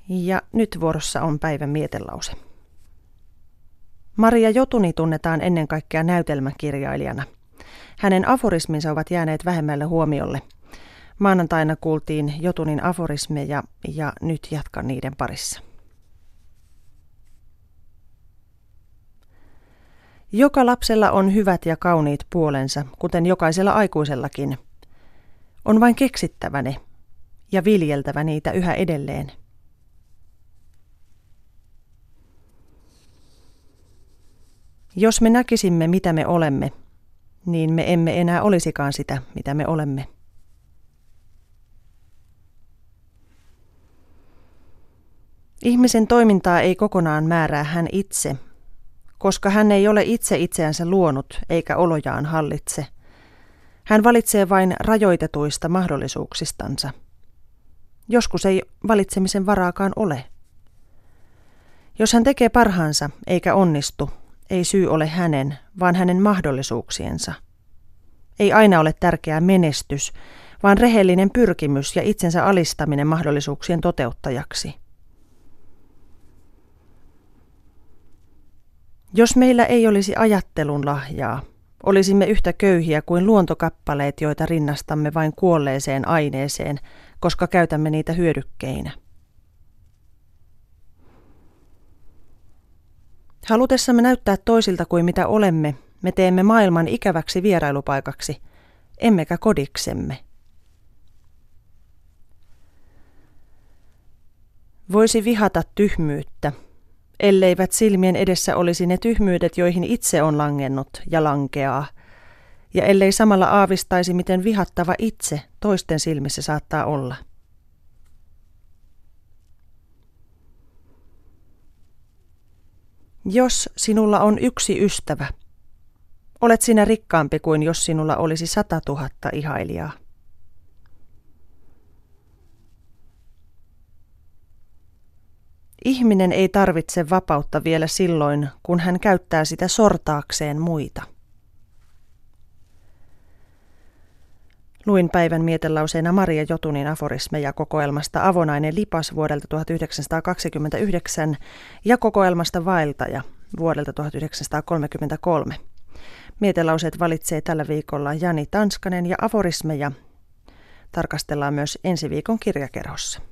Ja nyt vuorossa on päivän mietelause. Maria Jotuni tunnetaan ennen kaikkea näytelmäkirjailijana. Hänen aforisminsa ovat jääneet vähemmälle huomiolle. Maanantaina kuultiin Jotunin aforismeja ja nyt jatkan niiden parissa. Joka lapsella on hyvät ja kauniit puolensa, kuten jokaisella aikuisellakin. On vain keksittävä ne ja viljeltävä niitä yhä edelleen. Jos me näkisimme, mitä me olemme, niin me emme enää olisikaan sitä, mitä me olemme. Ihmisen toimintaa ei kokonaan määrää hän itse, koska hän ei ole itse itseänsä luonut eikä olojaan hallitse. Hän valitsee vain rajoitetuista mahdollisuuksistansa. Joskus ei valitsemisen varaakaan ole. Jos hän tekee parhaansa eikä onnistu, ei syy ole hänen, vaan hänen mahdollisuuksiensa. Ei aina ole tärkeää menestys, vaan rehellinen pyrkimys ja itsensä alistaminen mahdollisuuksien toteuttajaksi. Jos meillä ei olisi ajattelun lahjaa, olisimme yhtä köyhiä kuin luontokappaleet, joita rinnastamme vain kuolleeseen aineeseen, koska käytämme niitä hyödykkeinä. Halutessamme näyttää toisilta kuin mitä olemme, me teemme maailman ikäväksi vierailupaikaksi, emmekä kodiksemme. Voisi vihata tyhmyyttä, elleivät silmien edessä olisi ne tyhmyydet, joihin itse on langennut ja lankeaa, ja ellei samalla aavistaisi, miten vihattava itse toisten silmissä saattaa olla. Jos sinulla on yksi ystävä, olet sinä rikkaampi kuin jos sinulla olisi 100 000 ihailijaa. Ihminen ei tarvitse vapautta vielä silloin, kun hän käyttää sitä sortaakseen muita. Luin päivän mietelauseena Maria Jotunin aforismeja kokoelmasta Avonainen lipas vuodelta 1929 ja kokoelmasta Vaeltaja vuodelta 1933. Mietelauseet valitsee tällä viikolla Jani Tanskanen ja aforismeja tarkastellaan myös ensi viikon kirjakerhossa.